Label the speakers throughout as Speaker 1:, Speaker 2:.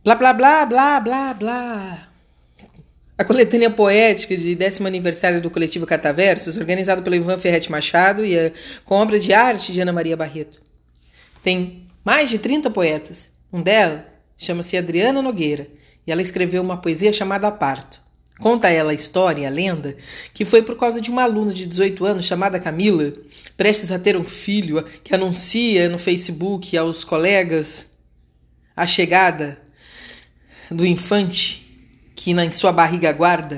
Speaker 1: Blá, blá, blá, blá, blá, blá. A coletânea poética de 10º aniversário do coletivo Cataversos, organizado pelo Ivan Ferretti Machado e com obra de arte de Ana Maria Barreto. Tem mais de 30 poetas. Um delas chama-se Adriana Nogueira e ela escreveu uma poesia chamada Parto. Conta ela a história, a lenda, que foi por causa de uma aluna de 18 anos chamada Camila, prestes a ter um filho, que anuncia no Facebook aos colegas a chegada do infante que em sua barriga guarda,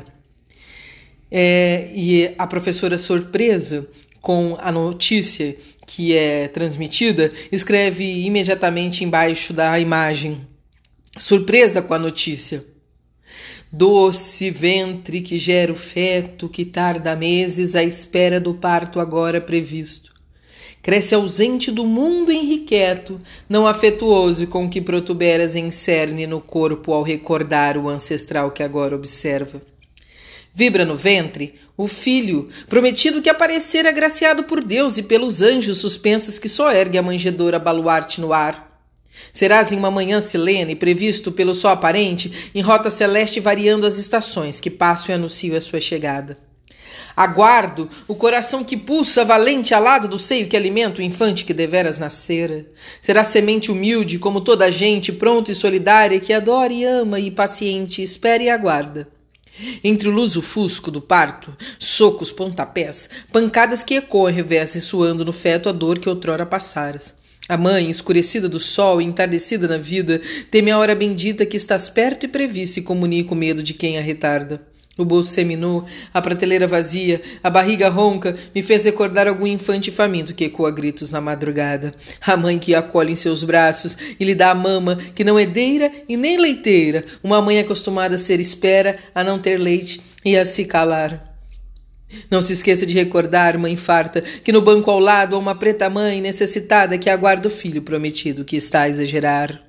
Speaker 1: e a professora, surpresa com a notícia que é transmitida, escreve imediatamente embaixo da imagem, surpresa com a notícia: doce ventre que gera o feto, que tarda meses à espera do parto agora previsto. Cresce ausente do mundo irrequieto, não afetuoso com que protuberas em cerne no corpo ao recordar o ancestral que agora observa. Vibra no ventre o filho, prometido que aparecera agraciado por Deus e pelos anjos suspensos que só ergue a manjedoura baluarte no ar. Serás em uma manhã silene, previsto pelo sol aparente, em rota celeste variando as estações que passam e anunciam a sua chegada. Aguardo o coração que pulsa valente ao lado do seio que alimenta o infante que deveras nascera. Será semente humilde como toda a gente, pronta e solidária, que adora e ama e paciente espera e aguarda. Entre o luso-fusco do parto, socos, pontapés, pancadas que ecoam revés ressoando no feto a dor que outrora passaras. A mãe, escurecida do sol e entardecida na vida, teme a hora bendita que estás perto e prevista e comunica o medo de quem a retarda. O bolso seminu, a prateleira vazia, a barriga ronca, me fez recordar algum infante faminto que ecoa gritos na madrugada. A mãe que acolhe em seus braços e lhe dá a mama, que não é deira e nem leiteira, uma mãe acostumada a ser espera, a não ter leite e a se calar. Não se esqueça de recordar, mãe farta, que no banco ao lado há uma preta mãe necessitada que aguarda o filho prometido que estás a gerar.